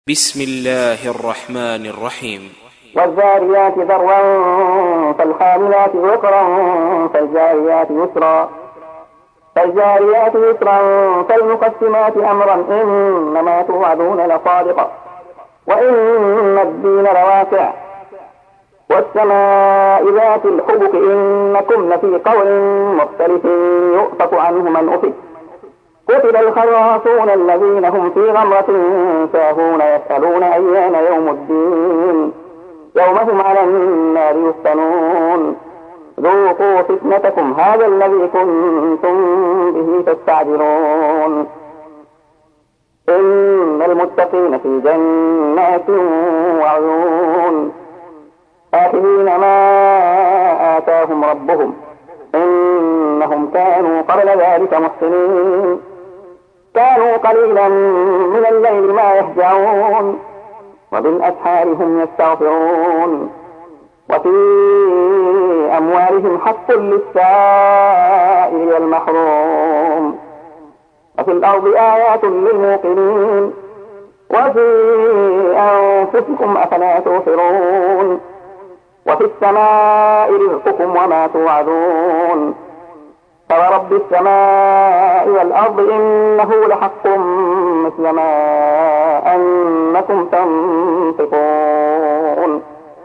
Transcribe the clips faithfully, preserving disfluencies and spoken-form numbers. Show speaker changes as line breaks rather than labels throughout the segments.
بسم الله الرحمن الرحيم.
والذاريات ذروا فالحاملات وقرا فالجاريات يسرا فالجاريات يسرا فالمقسمات أمرا إنما توعدون لصادق وإن الدين لواقع والسماء ذات الحبك إنكم لفي قول مختلف يؤفك عنه من أفك قتل الخراصون الذين هم في غمرة ساهون يسألون أيان يوم الدين يوم هم على النار يفتنون ذوقوا فتنتكم هذا الذي كنتم به تستعجلون إن المتقين في جنات وعيون آخذين ما آتاهم ربهم إنهم كانوا قبل ذلك محسنين كانوا قليلا من الليل ما يهجعون وبالأسحار هم يستغفرون وفي أموالهم حق للسائل والمحروم وفي الأرض آيات للموقنين وفي أنفسكم أفلا تبصرون وفي السماء رزقكم وما توعدون فورب السماء والأرض إنه لحق مثل ما أنكم تنطقون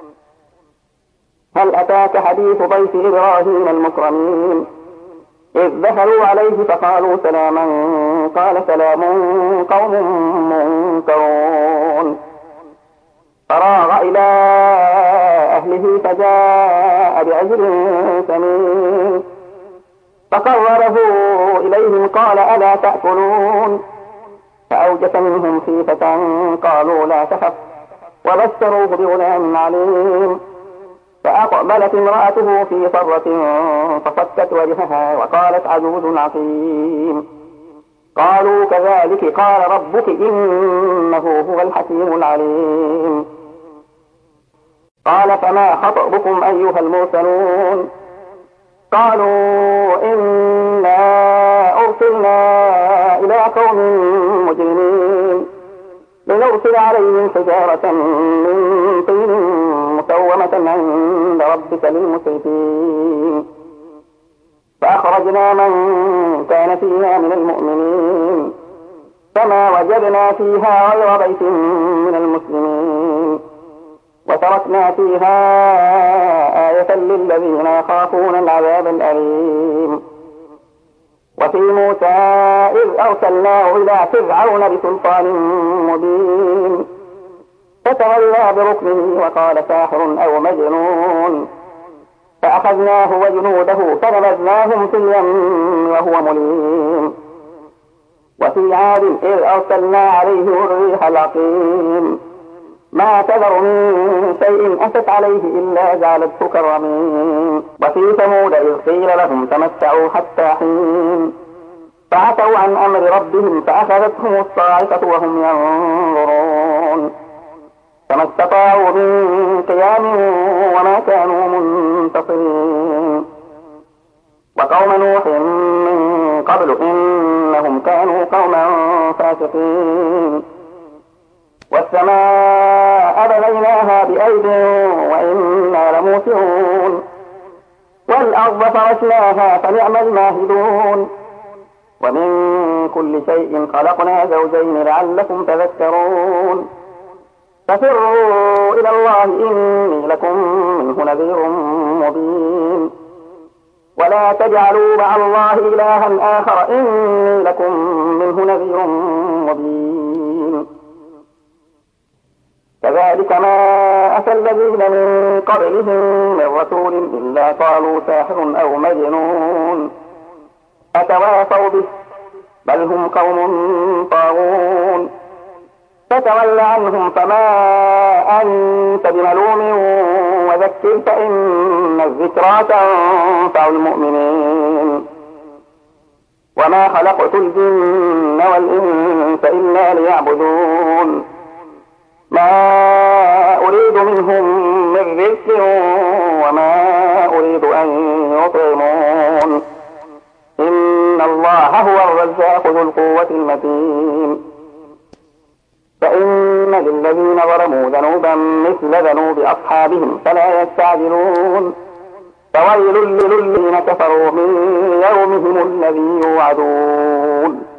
هل أتاك حديث ضيف إبراهيم المكرمين إذ دخلوا عليه فقالوا سلاما قال سلام قوم منكرون فراغ إلى أهله فجاء بعجل سمين فقربه إليهم قال ألا تأكلون فأوجس منهم خيفة قالوا لا تخف وبشروه بغلام عليم فأقبلت امرأته في صرة فصكت وجهها وقالت عجوز عقيم قالوا كذلك قال ربك إنه هو الحكيم العليم قال فما خطبكم أيها المرسلون قالوا إنا أرسلنا إلى قوم مجرمين لنرسل عليهم حجارة من طين مسومة عند ربك للمسرفين فأخرجنا من كان فيها من المؤمنين فما وجدنا فيها غير بيت من المسلمين وتركنا فيها آية للذين يخافون العذاب الأليم وفي موسى إذ أرسلناه إلى فرعون بسلطان مبين فتولى بركنه وقال ساحر أو مجنون فأخذناه وجنوده فنبذناهم في اليم وهو مليم وفي عاد إذ أرسلنا عليهم الريح العقيم ما تذر من شيء أتت عليه إلا جعلته كالرميم وفي ثمود إذ قيل لهم تمتعوا حتى حين فعتوا عن أمر ربهم فأخذتهم الصاعقة وهم ينظرون فما استطاعوا من قيام وما كانوا منتصرين وقوم نوح من قبل إنهم كانوا قوما فاسقين والسماء بنيناها بأيد وإنا لموسعون والأرض فرشناها فنعم الماهدون ومن كل شيء خلقنا زوجين لعلكم تذكرون ففروا إلى الله إني لكم منه نذير مبين ولا تجعلوا مع الله إلها آخر إني لكم منه نذير مبين كذلك ما أتى الذين من قبلهم من رسول إلا قالوا ساحر أو مجنون أتواصوا به بل هم قوم طاغون فتول عنهم فما أنت بملوم وذكر فإن الذكرى تنفع المؤمنين وما خلقت الجن والإنس إلا ليعبدون ما أريد منهم من رزق وما أريد أن يطعمون إن الله هو الرزاق ذو القوة المتين فإن للذين ظلموا ذنوبا مثل ذنوب أصحابهم فلا يستعجلون فويل للذين كفروا من يومهم الذي يوعدون